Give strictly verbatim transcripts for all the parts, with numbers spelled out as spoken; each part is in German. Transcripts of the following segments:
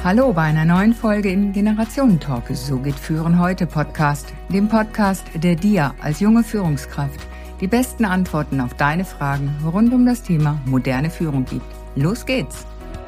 Hallo bei einer neuen Folge im Generationentalk. So geht Führen heute Podcast, dem Podcast, der dir als junge Führungskraft die besten Antworten auf deine Fragen rund um das Thema moderne Führung gibt. Los geht's!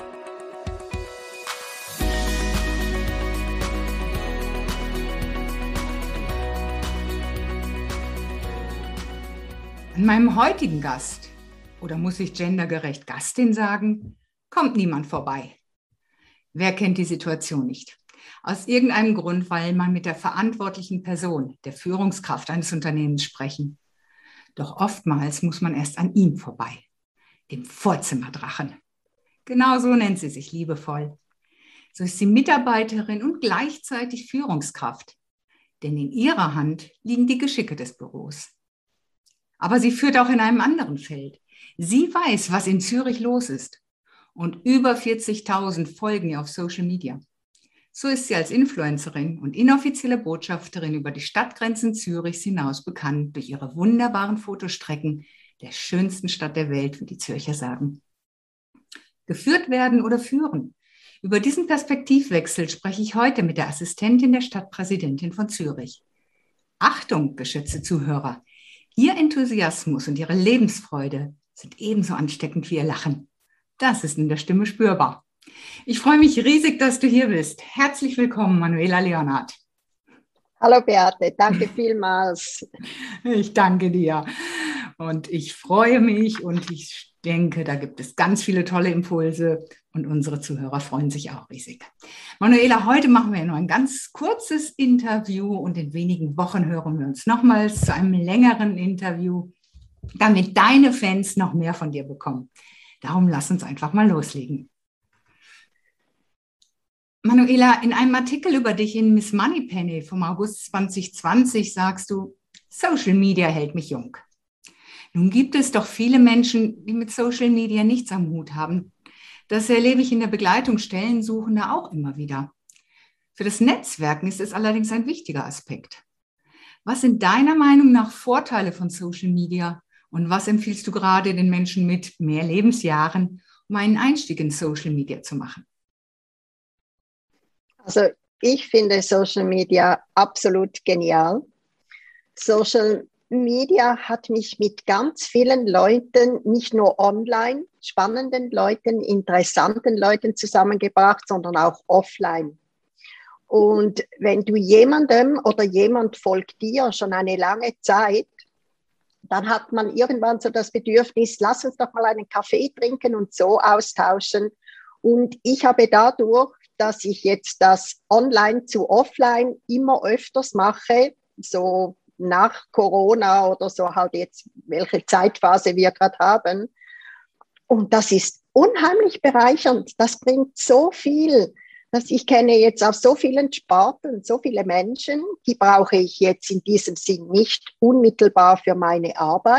An meinem heutigen Gast, oder muss ich gendergerecht Gastin sagen, kommt niemand vorbei. Wer kennt die Situation nicht? Aus irgendeinem Grund will man mit der verantwortlichen Person, der Führungskraft eines Unternehmens sprechen. Doch oftmals muss man erst an ihm vorbei, dem Vorzimmerdrachen. Genau so nennt sie sich liebevoll. So ist sie Mitarbeiterin und gleichzeitig Führungskraft. Denn in ihrer Hand liegen die Geschicke des Büros. Aber sie führt auch in einem anderen Feld. Sie weiß, was in Zürich los ist. Und über vierzigtausend folgen ihr auf Social Media. So ist sie als Influencerin und inoffizielle Botschafterin über die Stadtgrenzen Zürichs hinaus bekannt durch ihre wunderbaren Fotostrecken der schönsten Stadt der Welt, wie die Zürcher sagen. Geführt werden oder führen. Über diesen Perspektivwechsel spreche ich heute mit der Assistentin der Stadtpräsidentin von Zürich. Achtung, geschätzte Zuhörer, Ihr Enthusiasmus und Ihre Lebensfreude sind ebenso ansteckend wie Ihr Lachen. Das ist in der Stimme spürbar. Ich freue mich riesig, dass du hier bist. Herzlich willkommen, Manuela Leonhardt. Hallo Beate, danke vielmals. Ich danke dir und ich freue mich und ich denke, da gibt es ganz viele tolle Impulse und unsere Zuhörer freuen sich auch riesig. Manuela, heute machen wir nur ein ganz kurzes Interview und in wenigen Wochen hören wir uns nochmals zu einem längeren Interview, damit deine Fans noch mehr von dir bekommen. Darum lass uns einfach mal loslegen. Manuela, in einem Artikel über dich in Miss Moneypenny vom August zwanzig zwanzig sagst du, Social Media hält mich jung. Nun gibt es doch viele Menschen, die mit Social Media nichts am Hut haben. Das erlebe ich in der Begleitung Stellensuchender auch immer wieder. Für das Netzwerken ist es allerdings ein wichtiger Aspekt. Was sind deiner Meinung nach Vorteile von Social Media? Und was empfiehlst du gerade den Menschen mit mehr Lebensjahren, um einen Einstieg in Social Media zu machen? Also ich finde Social Media absolut genial. Social Media hat mich mit ganz vielen Leuten, nicht nur online, spannenden Leuten, interessanten Leuten zusammengebracht, sondern auch offline. Und wenn du jemandem oder jemand folgt dir schon eine lange Zeit, dann hat man irgendwann so das Bedürfnis, lass uns doch mal einen Kaffee trinken und so austauschen. Und ich habe dadurch, dass ich jetzt das Online zu Offline immer öfters mache, so nach Corona oder so halt jetzt, welche Zeitphase wir gerade haben. Und das ist unheimlich bereichernd. Das bringt so viel. Dass ich kenne jetzt auf so vielen Sparten so viele Menschen, die brauche ich jetzt in diesem Sinn nicht unmittelbar für meine Arbeit.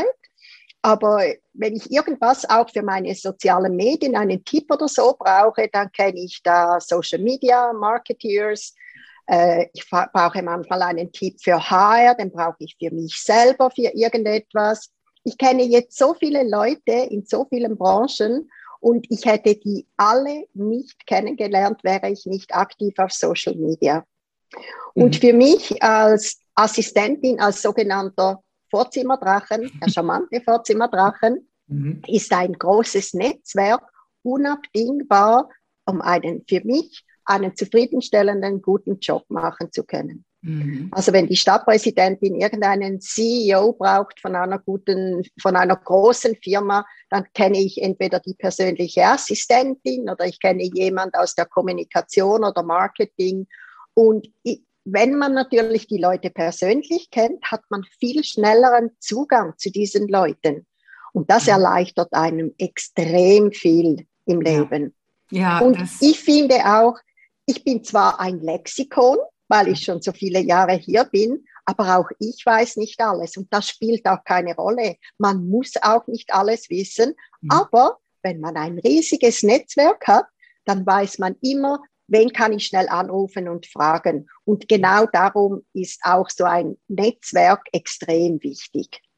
Aber wenn ich irgendwas auch für meine sozialen Medien, einen Tipp oder so brauche, dann kenne ich da Social Media Marketeers. Äh, ich brauche manchmal einen Tipp für H R, den brauche ich für mich selber, für irgendetwas. Ich kenne jetzt so viele Leute in so vielen Branchen, und ich hätte die alle nicht kennengelernt, wäre ich nicht aktiv auf Social Media. Mhm. Und für mich als Assistentin, als sogenannter Vorzimmerdrachen, der charmante Vorzimmerdrachen, mhm. ist ein großes Netzwerk unabdingbar, um einen für mich einen zufriedenstellenden, guten Job machen zu können. Mhm. Also wenn die Stadtpräsidentin irgendeinen C E O braucht von einer guten, von einer großen Firma, dann kenne ich entweder die persönliche Assistentin oder ich kenne jemand aus der Kommunikation oder Marketing. Und ich, wenn man natürlich die Leute persönlich kennt, hat man viel schnelleren Zugang zu diesen Leuten. Und das erleichtert einem extrem viel im Leben. Ja. Ja, und ich finde auch, ich bin zwar ein Lexikon, weil ich schon so viele Jahre hier bin, aber auch ich weiß nicht alles und das spielt auch keine Rolle. Man muss auch nicht alles wissen, mhm. aber wenn man ein riesiges Netzwerk hat, dann weiß man immer, wen kann ich schnell anrufen und fragen. Und genau darum ist auch so ein Netzwerk extrem wichtig.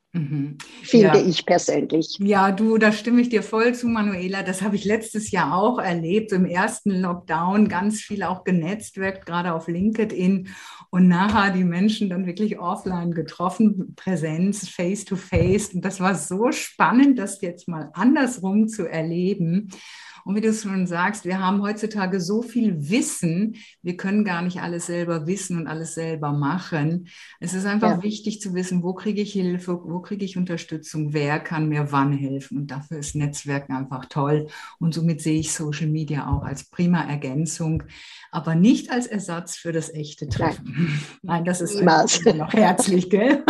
Mhm. finde Ja. ich persönlich. Ja, du, da stimme ich dir voll zu, Manuela. Das habe ich letztes Jahr auch erlebt. Im ersten Lockdown ganz viel auch genetzwerkt, gerade auf LinkedIn. Und nachher die Menschen dann wirklich offline getroffen, Präsenz, face to face. Und das war so spannend, das jetzt mal andersrum zu erleben. Und wie du es schon sagst, wir haben heutzutage so viel Wissen, wir können gar nicht alles selber wissen und alles selber machen. Es ist einfach Ja. wichtig zu wissen, wo kriege ich Hilfe, wo kriege ich Unterstützung, wer kann mir wann helfen. Und dafür ist Netzwerken einfach toll. Und somit sehe ich Social Media auch als prima Ergänzung, aber nicht als Ersatz für das echte Treffen. Nein, Nein das ist einfach Niemals. immer noch herzlich, gell?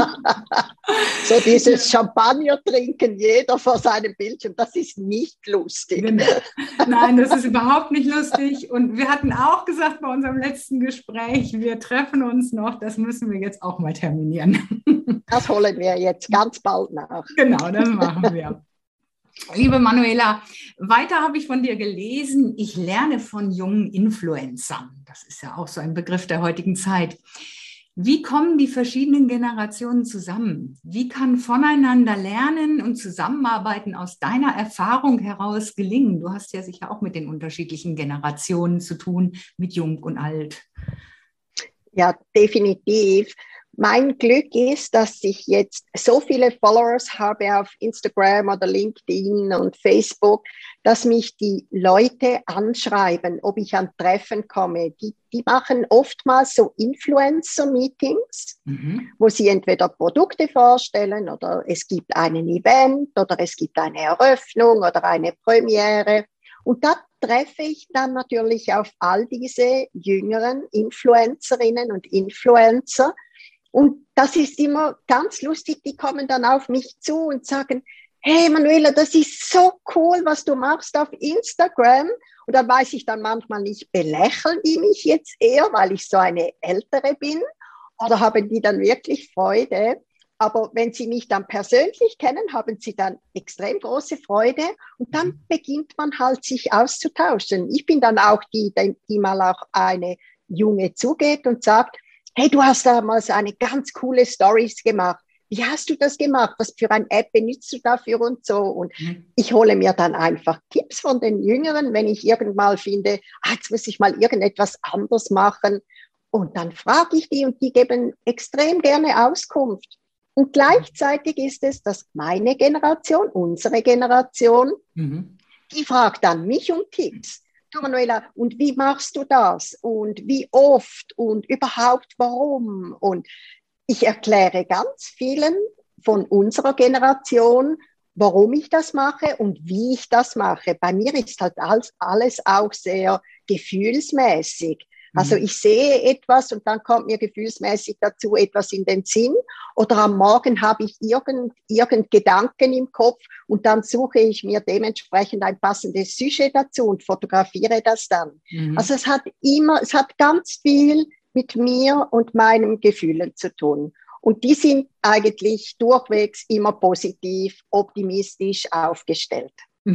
So dieses Champagner trinken, jeder vor seinem Bildschirm, das ist nicht lustig. Genau. Nein, das ist überhaupt nicht lustig. Und wir hatten auch gesagt bei unserem letzten Gespräch, wir treffen uns noch, das müssen wir jetzt auch mal terminieren. Das holen wir jetzt ganz bald nach. Genau, das machen wir. Liebe Manuela, weiter habe ich von dir gelesen, ich lerne von jungen Influencern. Das ist ja auch so ein Begriff der heutigen Zeit. Wie kommen die verschiedenen Generationen zusammen? Wie kann voneinander lernen und zusammenarbeiten aus deiner Erfahrung heraus gelingen? Du hast ja sicher auch mit den unterschiedlichen Generationen zu tun, mit Jung und Alt. Ja, definitiv. Mein Glück ist, dass ich jetzt so viele Followers habe auf Instagram oder LinkedIn und Facebook, dass mich die Leute anschreiben, ob ich an Treffen komme. Die, die machen oftmals so Influencer-Meetings, mhm. wo sie entweder Produkte vorstellen oder es gibt einen Event oder es gibt eine Eröffnung oder eine Premiere. Und da treffe ich dann natürlich auf all diese jüngeren Influencerinnen und Influencer. Und das ist immer ganz lustig, die kommen dann auf mich zu und sagen, hey Manuela, das ist so cool, was du machst auf Instagram. Und dann weiß ich dann manchmal nicht, belächeln die mich jetzt eher, weil ich so eine Ältere bin, oder haben die dann wirklich Freude? Aber wenn sie mich dann persönlich kennen, haben sie dann extrem große Freude und dann beginnt man halt sich auszutauschen. Ich bin dann auch die, die mal auch eine Junge zugeht und sagt, hey, du hast damals eine ganz coole Stories gemacht. Wie hast du das gemacht? Was für eine App benutzt du dafür und so? Und mhm. ich hole mir dann einfach Tipps von den Jüngeren, wenn ich irgendwann finde, ah, jetzt muss ich mal irgendetwas anders machen. Und dann frage ich die und die geben extrem gerne Auskunft. Und gleichzeitig ist es, dass meine Generation, unsere Generation, mhm. die fragt dann mich um Tipps. Du Manuela, und wie machst du das? Und wie oft? Und überhaupt warum? Und ich erkläre ganz vielen von unserer Generation, warum ich das mache und wie ich das mache. Bei mir ist halt alles, alles auch sehr gefühlsmäßig. Also ich sehe etwas und dann kommt mir gefühlsmäßig dazu etwas in den Sinn oder am Morgen habe ich irgend, irgend Gedanken im Kopf und dann suche ich mir dementsprechend ein passendes Sujet dazu und fotografiere das dann. Mhm. Also es hat immer, es hat ganz viel mit mir und meinen Gefühlen zu tun. Und die sind eigentlich durchwegs immer positiv, optimistisch aufgestellt.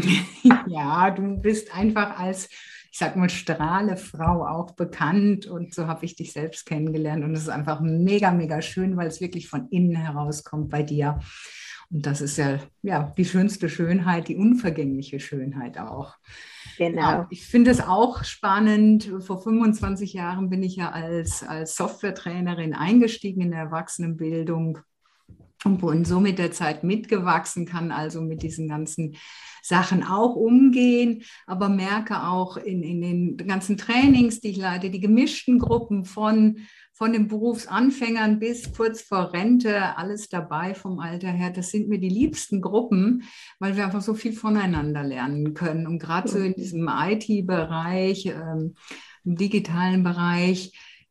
Ja, du bist einfach als, ich sag mal, Strahlefrau auch bekannt und so habe ich dich selbst kennengelernt und es ist einfach mega, mega schön, weil es wirklich von innen herauskommt bei dir. Und das ist ja, ja die schönste Schönheit, die unvergängliche Schönheit auch. Genau. Ja, ich finde es auch spannend. Vor fünfundzwanzig Jahren bin ich ja als, als Softwaretrainerin eingestiegen in der Erwachsenenbildung und bin so mit der Zeit mitgewachsen, kann also mit diesen ganzen Sachen auch umgehen, aber merke auch in, in den ganzen Trainings, die ich leite, die gemischten Gruppen von, von den Berufsanfängern bis kurz vor Rente, alles dabei vom Alter her, das sind mir die liebsten Gruppen, weil wir einfach so viel voneinander lernen können. Und gerade so in diesem I T-Bereich, ähm, im digitalen Bereich,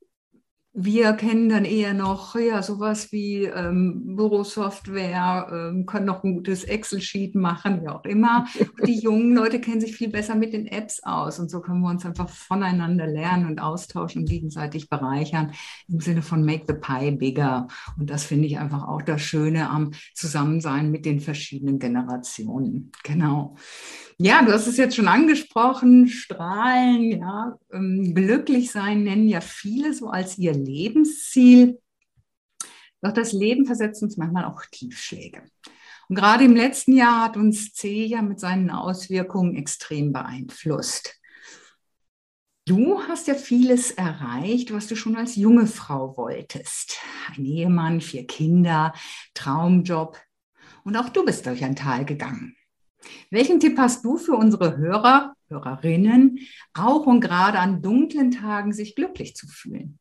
wir kennen dann eher noch ja, sowas wie ähm, Bürosoftware, ähm, können noch ein gutes Excel-Sheet machen, wie auch immer. Und die jungen Leute kennen sich viel besser mit den Apps aus. Und so können wir uns einfach voneinander lernen und austauschen und gegenseitig bereichern im Sinne von make the pie bigger. Und das finde ich einfach auch das Schöne am Zusammensein mit den verschiedenen Generationen. Genau. Ja, du hast es jetzt schon angesprochen, strahlen, ja, ähm, glücklich sein nennen ja viele so als ihr Lebensziel. Doch das Leben versetzt uns manchmal auch Tiefschläge. Und gerade im letzten Jahr hat uns C ja mit seinen Auswirkungen extrem beeinflusst. Du hast ja vieles erreicht, was du schon als junge Frau wolltest. Ein Ehemann, vier Kinder, Traumjob. Und auch du bist durch ein Tal gegangen. Welchen Tipp hast du für unsere Hörer, Hörerinnen, auch und gerade an dunklen Tagen sich glücklich zu fühlen?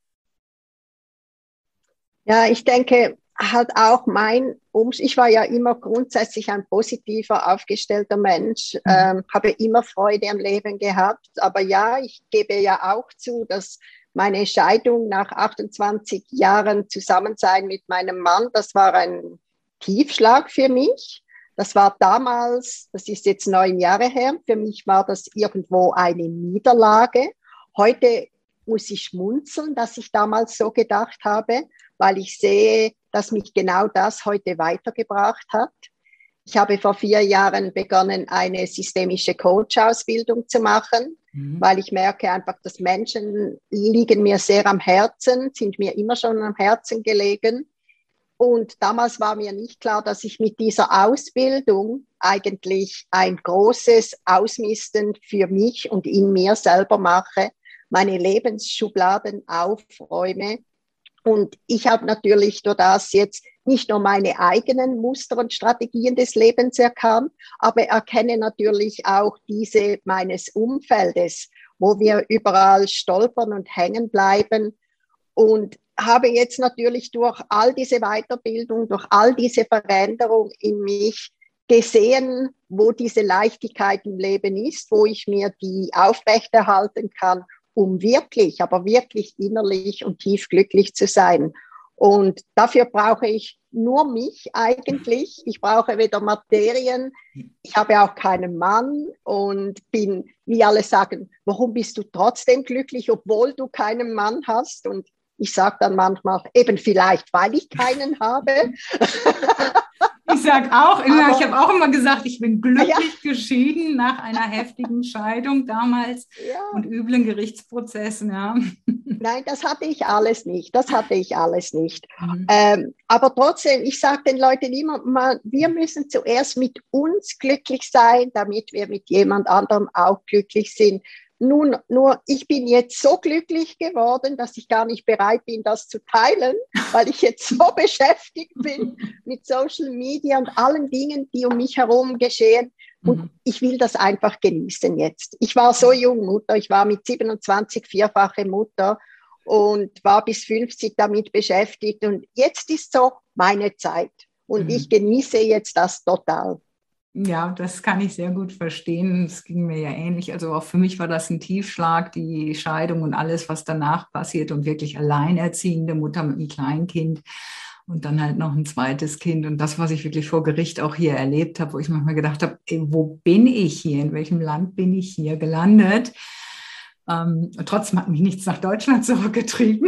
Ja, ich denke, halt auch mein Umstand, ich war ja immer grundsätzlich ein positiver, aufgestellter Mensch, mhm. ähm, habe immer Freude am Leben gehabt. Aber ja, ich gebe ja auch zu, dass meine Scheidung nach achtundzwanzig Jahren Zusammensein mit meinem Mann, das war ein Tiefschlag für mich. Das war damals, das ist jetzt neun Jahre her, für mich war das irgendwo eine Niederlage. Heute muss ich schmunzeln, dass ich damals so gedacht habe, weil ich sehe, dass mich genau das heute weitergebracht hat. Ich habe vor vier Jahren begonnen, eine systemische Coach-Ausbildung zu machen, mhm. weil ich merke einfach, dass Menschen liegen mir sehr am Herzen, sind mir immer schon am Herzen gelegen. Und damals war mir nicht klar, dass ich mit dieser Ausbildung eigentlich ein großes Ausmisten für mich und in mir selber mache, meine Lebensschubladen aufräume. Und ich habe natürlich durch das jetzt nicht nur meine eigenen Muster und Strategien des Lebens erkannt, aber erkenne natürlich auch diese meines Umfeldes, wo wir überall stolpern und hängen bleiben. Und habe jetzt natürlich durch all diese Weiterbildung, durch all diese Veränderung in mich gesehen, wo diese Leichtigkeit im Leben ist, wo ich mir die aufrechterhalten kann, um wirklich, aber wirklich innerlich und tief glücklich zu sein. Und dafür brauche ich nur mich eigentlich. Ich brauche weder Materien, ich habe auch keinen Mann und bin, wie alle sagen, warum bist du trotzdem glücklich, obwohl du keinen Mann hast? Und ich sage dann manchmal, eben vielleicht, weil ich keinen habe. Ich sage auch immer, aber, ich habe auch immer gesagt, ich bin glücklich ja. geschieden nach einer heftigen Scheidung damals ja. und üblen Gerichtsprozessen. Ja. Nein, das hatte ich alles nicht. Das hatte ich alles nicht. Mhm. Ähm, aber trotzdem, ich sage den Leuten immer mal, wir müssen zuerst mit uns glücklich sein, damit wir mit jemand anderem auch glücklich sind. Nun, nur ich bin jetzt so glücklich geworden, dass ich gar nicht bereit bin, das zu teilen, weil ich jetzt so beschäftigt bin mit Social Media und allen Dingen, die um mich herum geschehen. Und mhm. ich will das einfach genießen jetzt. Ich war so jung Mutter, ich war mit siebenundzwanzig vierfache Mutter und war bis fünfzig damit beschäftigt. Und jetzt ist so meine Zeit und mhm. ich genieße jetzt das total. Ja, das kann ich sehr gut verstehen. Es ging mir ja ähnlich. Also auch für mich war das ein Tiefschlag, die Scheidung und alles, was danach passiert und wirklich alleinerziehende Mutter mit einem Kleinkind und dann halt noch ein zweites Kind. Und das, was ich wirklich vor Gericht auch hier erlebt habe, wo ich manchmal gedacht habe, ey, wo bin ich hier? In welchem Land bin ich hier gelandet? Ähm, und trotzdem hat mich nichts nach Deutschland zurückgetrieben.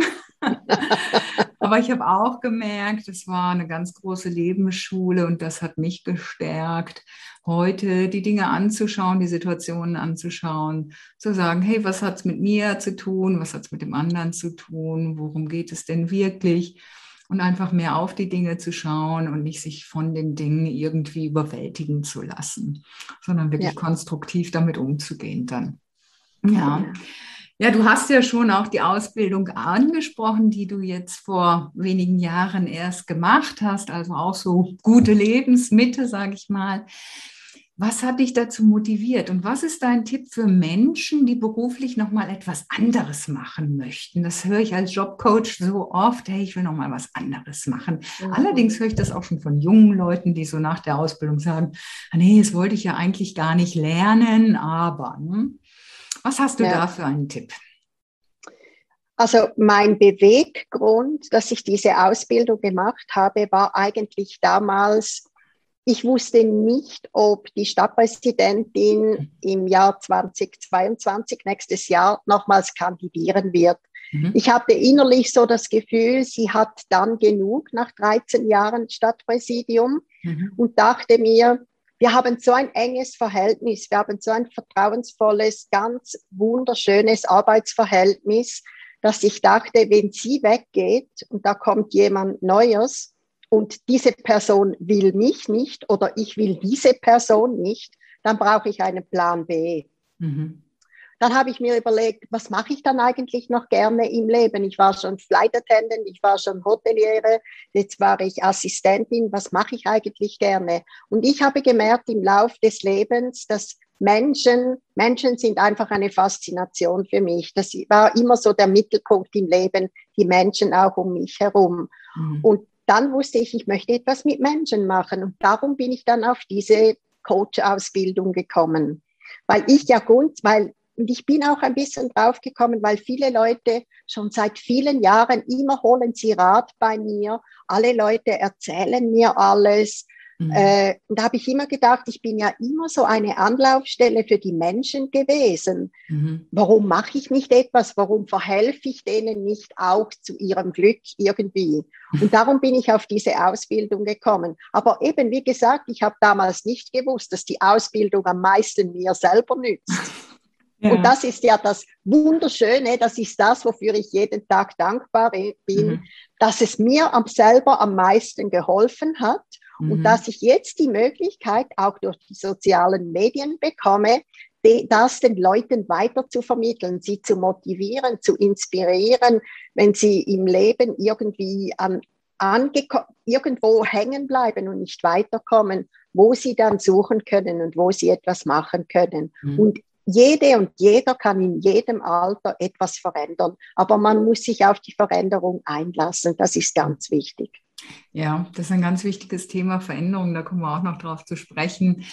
Aber ich habe auch gemerkt, es war eine ganz große Lebensschule und das hat mich gestärkt, heute die Dinge anzuschauen, die Situationen anzuschauen, zu sagen, hey, was hat es mit mir zu tun, was hat es mit dem anderen zu tun, worum geht es denn wirklich? Und einfach mehr auf die Dinge zu schauen und nicht sich von den Dingen irgendwie überwältigen zu lassen, sondern wirklich ja. konstruktiv damit umzugehen dann. Ja. ja. Ja, du hast ja schon auch die Ausbildung angesprochen, die du jetzt vor wenigen Jahren erst gemacht hast, also auch so gute Lebensmitte, sage ich mal. Was hat dich dazu motiviert und was ist dein Tipp für Menschen, die beruflich nochmal etwas anderes machen möchten? Das höre ich als Jobcoach so oft, hey, ich will nochmal was anderes machen. Mhm. Allerdings höre ich das auch schon von jungen Leuten, die so nach der Ausbildung sagen, nee, das wollte ich ja eigentlich gar nicht lernen, aber... Ne? Was hast du ja. da für einen Tipp? Also mein Beweggrund, dass ich diese Ausbildung gemacht habe, war eigentlich damals, ich wusste nicht, ob die Stadtpräsidentin im Jahr zweitausendzweiundzwanzig, nächstes Jahr, nochmals kandidieren wird. Mhm. Ich hatte innerlich so das Gefühl, sie hat dann genug nach dreizehn Jahren Stadtpräsidium mhm. und dachte mir, wir haben so ein enges Verhältnis, wir haben so ein vertrauensvolles, ganz wunderschönes Arbeitsverhältnis, dass ich dachte, wenn sie weggeht und da kommt jemand Neues und diese Person will mich nicht oder ich will diese Person nicht, dann brauche ich einen Plan B. Mhm. Dann habe ich mir überlegt, was mache ich dann eigentlich noch gerne im Leben? Ich war schon Flight Attendant, ich war schon Hoteliere, jetzt war ich Assistentin. Was mache ich eigentlich gerne? Und ich habe gemerkt im Lauf des Lebens, dass Menschen, Menschen sind einfach eine Faszination für mich. Das war immer so der Mittelpunkt im Leben, die Menschen auch um mich herum. Mhm. Und dann wusste ich, ich möchte etwas mit Menschen machen. Und darum bin ich dann auf diese Coach-Ausbildung gekommen. Weil ich ja gut, weil Und ich bin auch ein bisschen draufgekommen, weil viele Leute schon seit vielen Jahren, immer holen sie Rat bei mir. Alle Leute erzählen mir alles. Mhm. Äh, und da habe ich immer gedacht, ich bin ja immer so eine Anlaufstelle für die Menschen gewesen. Mhm. Warum mache ich nicht etwas? Warum verhelfe ich denen nicht auch zu ihrem Glück irgendwie? Und darum bin ich auf diese Ausbildung gekommen. Aber eben, wie gesagt, ich habe damals nicht gewusst, dass die Ausbildung am meisten mir selber nützt. Ja. Und das ist ja das Wunderschöne, das ist das, wofür ich jeden Tag dankbar bin, mhm. dass es mir am, selber am meisten geholfen hat mhm. und dass ich jetzt die Möglichkeit auch durch die sozialen Medien bekomme, die, das den Leuten weiter zu vermitteln, sie zu motivieren, zu inspirieren, wenn sie im Leben irgendwie an, angeko- irgendwo hängen bleiben und nicht weiterkommen, wo sie dann suchen können und wo sie etwas machen können. Mhm. Und jede und jeder kann in jedem Alter etwas verändern, aber man muss sich auf die Veränderung einlassen. Das ist ganz wichtig. Ja, das ist ein ganz wichtiges Thema, Veränderung, da kommen wir auch noch drauf zu sprechen.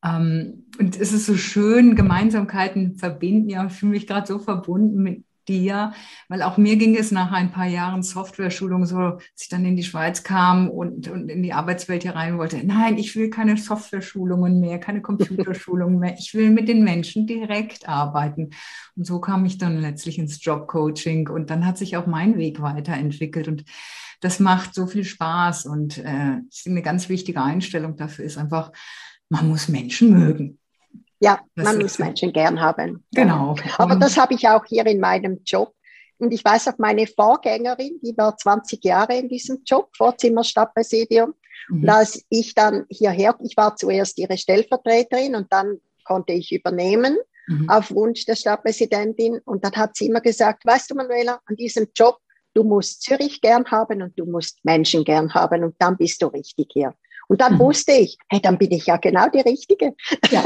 Und es ist so schön, Gemeinsamkeiten verbinden. Ja, ich fühle mich gerade so verbunden mit dir, weil auch mir ging es nach ein paar Jahren Software-Schulung so, als ich dann in die Schweiz kam und, und in die Arbeitswelt hier rein wollte, nein, ich will keine Software-Schulungen mehr, keine Computerschulungen mehr, ich will mit den Menschen direkt arbeiten. Und so kam ich dann letztlich ins Jobcoaching und dann hat sich auch mein Weg weiterentwickelt und das macht so viel Spaß und äh, eine ganz wichtige Einstellung dafür ist einfach, man muss Menschen mögen. Ja, das man muss Menschen gern haben. Genau. Ja. Aber das habe ich auch hier in meinem Job. Und ich weiß auch, meine Vorgängerin, die war zwanzig Jahre in diesem Job, Vorzimmer Stadtpräsidium. Mhm. Und als ich dann hierher, ich war zuerst ihre Stellvertreterin und dann konnte ich übernehmen mhm. auf Wunsch der Stadtpräsidentin. Und dann hat sie immer gesagt, weißt du, Manuela, an diesem Job, du musst Zürich gern haben und du musst Menschen gern haben und dann bist du richtig hier. Und dann mhm. wusste ich, hey, dann bin ich ja genau die Richtige. Ja.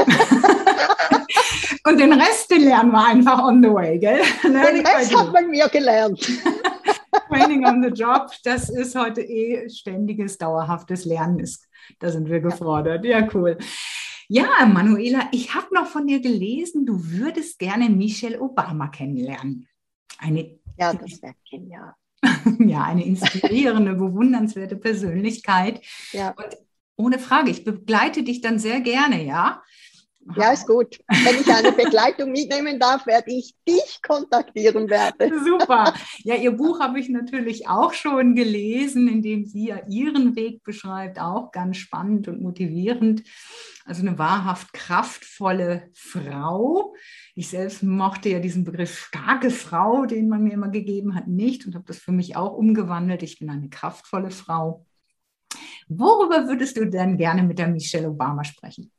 Und den Rest, den lernen wir einfach on the way, gell? Den Rest hat man mir gelernt. Training on the job, das ist heute eh ständiges, dauerhaftes Lernen. Ist, da sind wir gefordert. Ja, cool. Ja, Manuela, ich habe noch von dir gelesen, du würdest gerne Michelle Obama kennenlernen. Eine, ja, das wäre genial. Ja, eine inspirierende, bewundernswerte Persönlichkeit. Ja. Und ohne Frage, ich begleite dich dann sehr gerne, ja? Ja, ist gut. Wenn ich eine Begleitung mitnehmen darf, werde ich dich kontaktieren werde. Super. Ja, Ihr Buch habe ich natürlich auch schon gelesen, in dem sie ja Ihren Weg beschreibt, auch ganz spannend und motivierend. Also eine wahrhaft kraftvolle Frau. Ich selbst mochte ja diesen Begriff starke Frau, den man mir immer gegeben hat, nicht und habe das für mich auch umgewandelt. Ich bin eine kraftvolle Frau. Worüber würdest du denn gerne mit der Michelle Obama sprechen?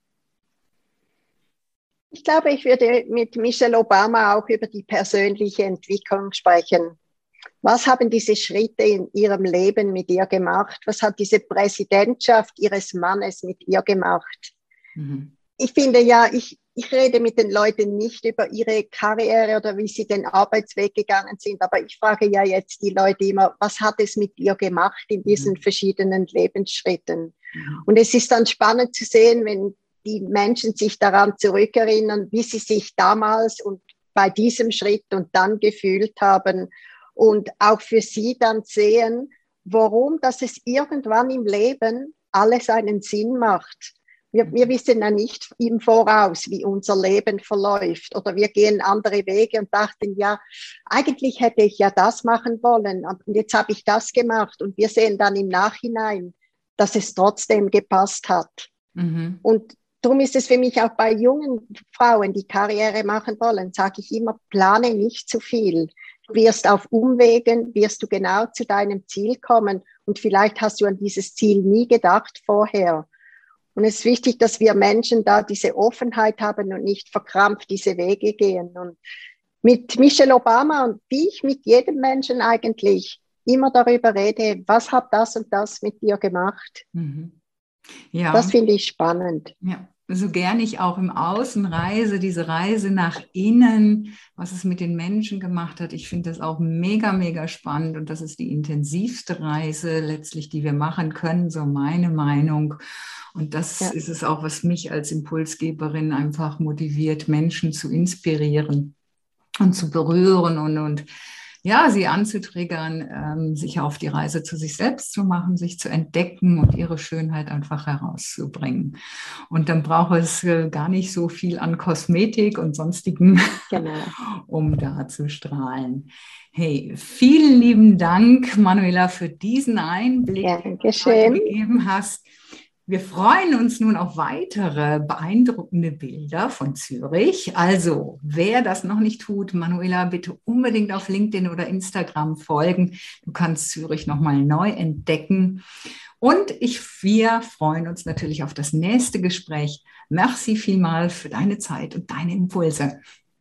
Ich glaube, ich würde mit Michelle Obama auch über die persönliche Entwicklung sprechen. Was haben diese Schritte in ihrem Leben mit ihr gemacht? Was hat diese Präsidentschaft ihres Mannes mit ihr gemacht? Mhm. Ich finde ja, ich, ich rede mit den Leuten nicht über ihre Karriere oder wie sie den Arbeitsweg gegangen sind, aber ich frage ja jetzt die Leute immer, was hat es mit ihr gemacht in diesen mhm. verschiedenen Lebensschritten? Mhm. Und es ist dann spannend zu sehen, wenn die Menschen sich daran zurückerinnern, wie sie sich damals und bei diesem Schritt und dann gefühlt haben und auch für sie dann sehen, warum, dass es irgendwann im Leben alles einen Sinn macht. Wir, wir wissen ja nicht im Voraus, wie unser Leben verläuft oder wir gehen andere Wege und dachten, ja, eigentlich hätte ich ja das machen wollen und jetzt habe ich das gemacht und wir sehen dann im Nachhinein, dass es trotzdem gepasst hat. Mhm. Und darum ist es für mich auch bei jungen Frauen, die Karriere machen wollen, sage ich immer, plane nicht zu viel. wirst auf Umwegen, wirst du genau zu deinem Ziel kommen und vielleicht hast du an dieses Ziel nie gedacht vorher. Und es ist wichtig, dass wir Menschen da diese Offenheit haben und nicht verkrampft diese Wege gehen. Und mit Michelle Obama und wie ich mit jedem Menschen eigentlich immer darüber rede, was hat das und das mit dir gemacht? Mhm. Ja. Das finde ich spannend. Ja. So gerne ich auch im Außen reise, diese Reise nach innen, was es mit den Menschen gemacht hat. Ich finde das auch mega, mega spannend und das ist die intensivste Reise letztlich, die wir machen können, so meine Meinung. Und das ja. ist es auch, was mich als Impulsgeberin einfach motiviert, Menschen zu inspirieren und zu berühren und, und ja, sie anzutriggern, ähm, sich auf die Reise zu sich selbst zu machen, sich zu entdecken und ihre Schönheit einfach herauszubringen. Und dann braucht es äh, gar nicht so viel an Kosmetik und sonstigen, genau. um da zu strahlen. Hey, vielen lieben Dank, Manuela, für diesen Einblick, den du gegeben hast. Wir freuen uns nun auf weitere beeindruckende Bilder von Zürich. Also, wer das noch nicht tut, Manuela, bitte unbedingt auf LinkedIn oder Instagram folgen. Du kannst Zürich nochmal neu entdecken. Und ich, wir freuen uns natürlich auf das nächste Gespräch. Merci vielmals für deine Zeit und deine Impulse.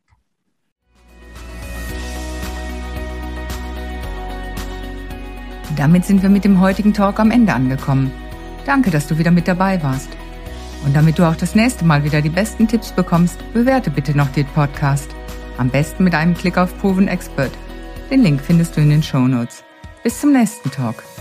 Damit sind wir mit dem heutigen Talk am Ende angekommen. Danke, dass du wieder mit dabei warst. Und damit du auch das nächste Mal wieder die besten Tipps bekommst, bewerte bitte noch den Podcast. Am besten mit einem Klick auf Proven Expert. Den Link findest du in den Shownotes. Bis zum nächsten Talk.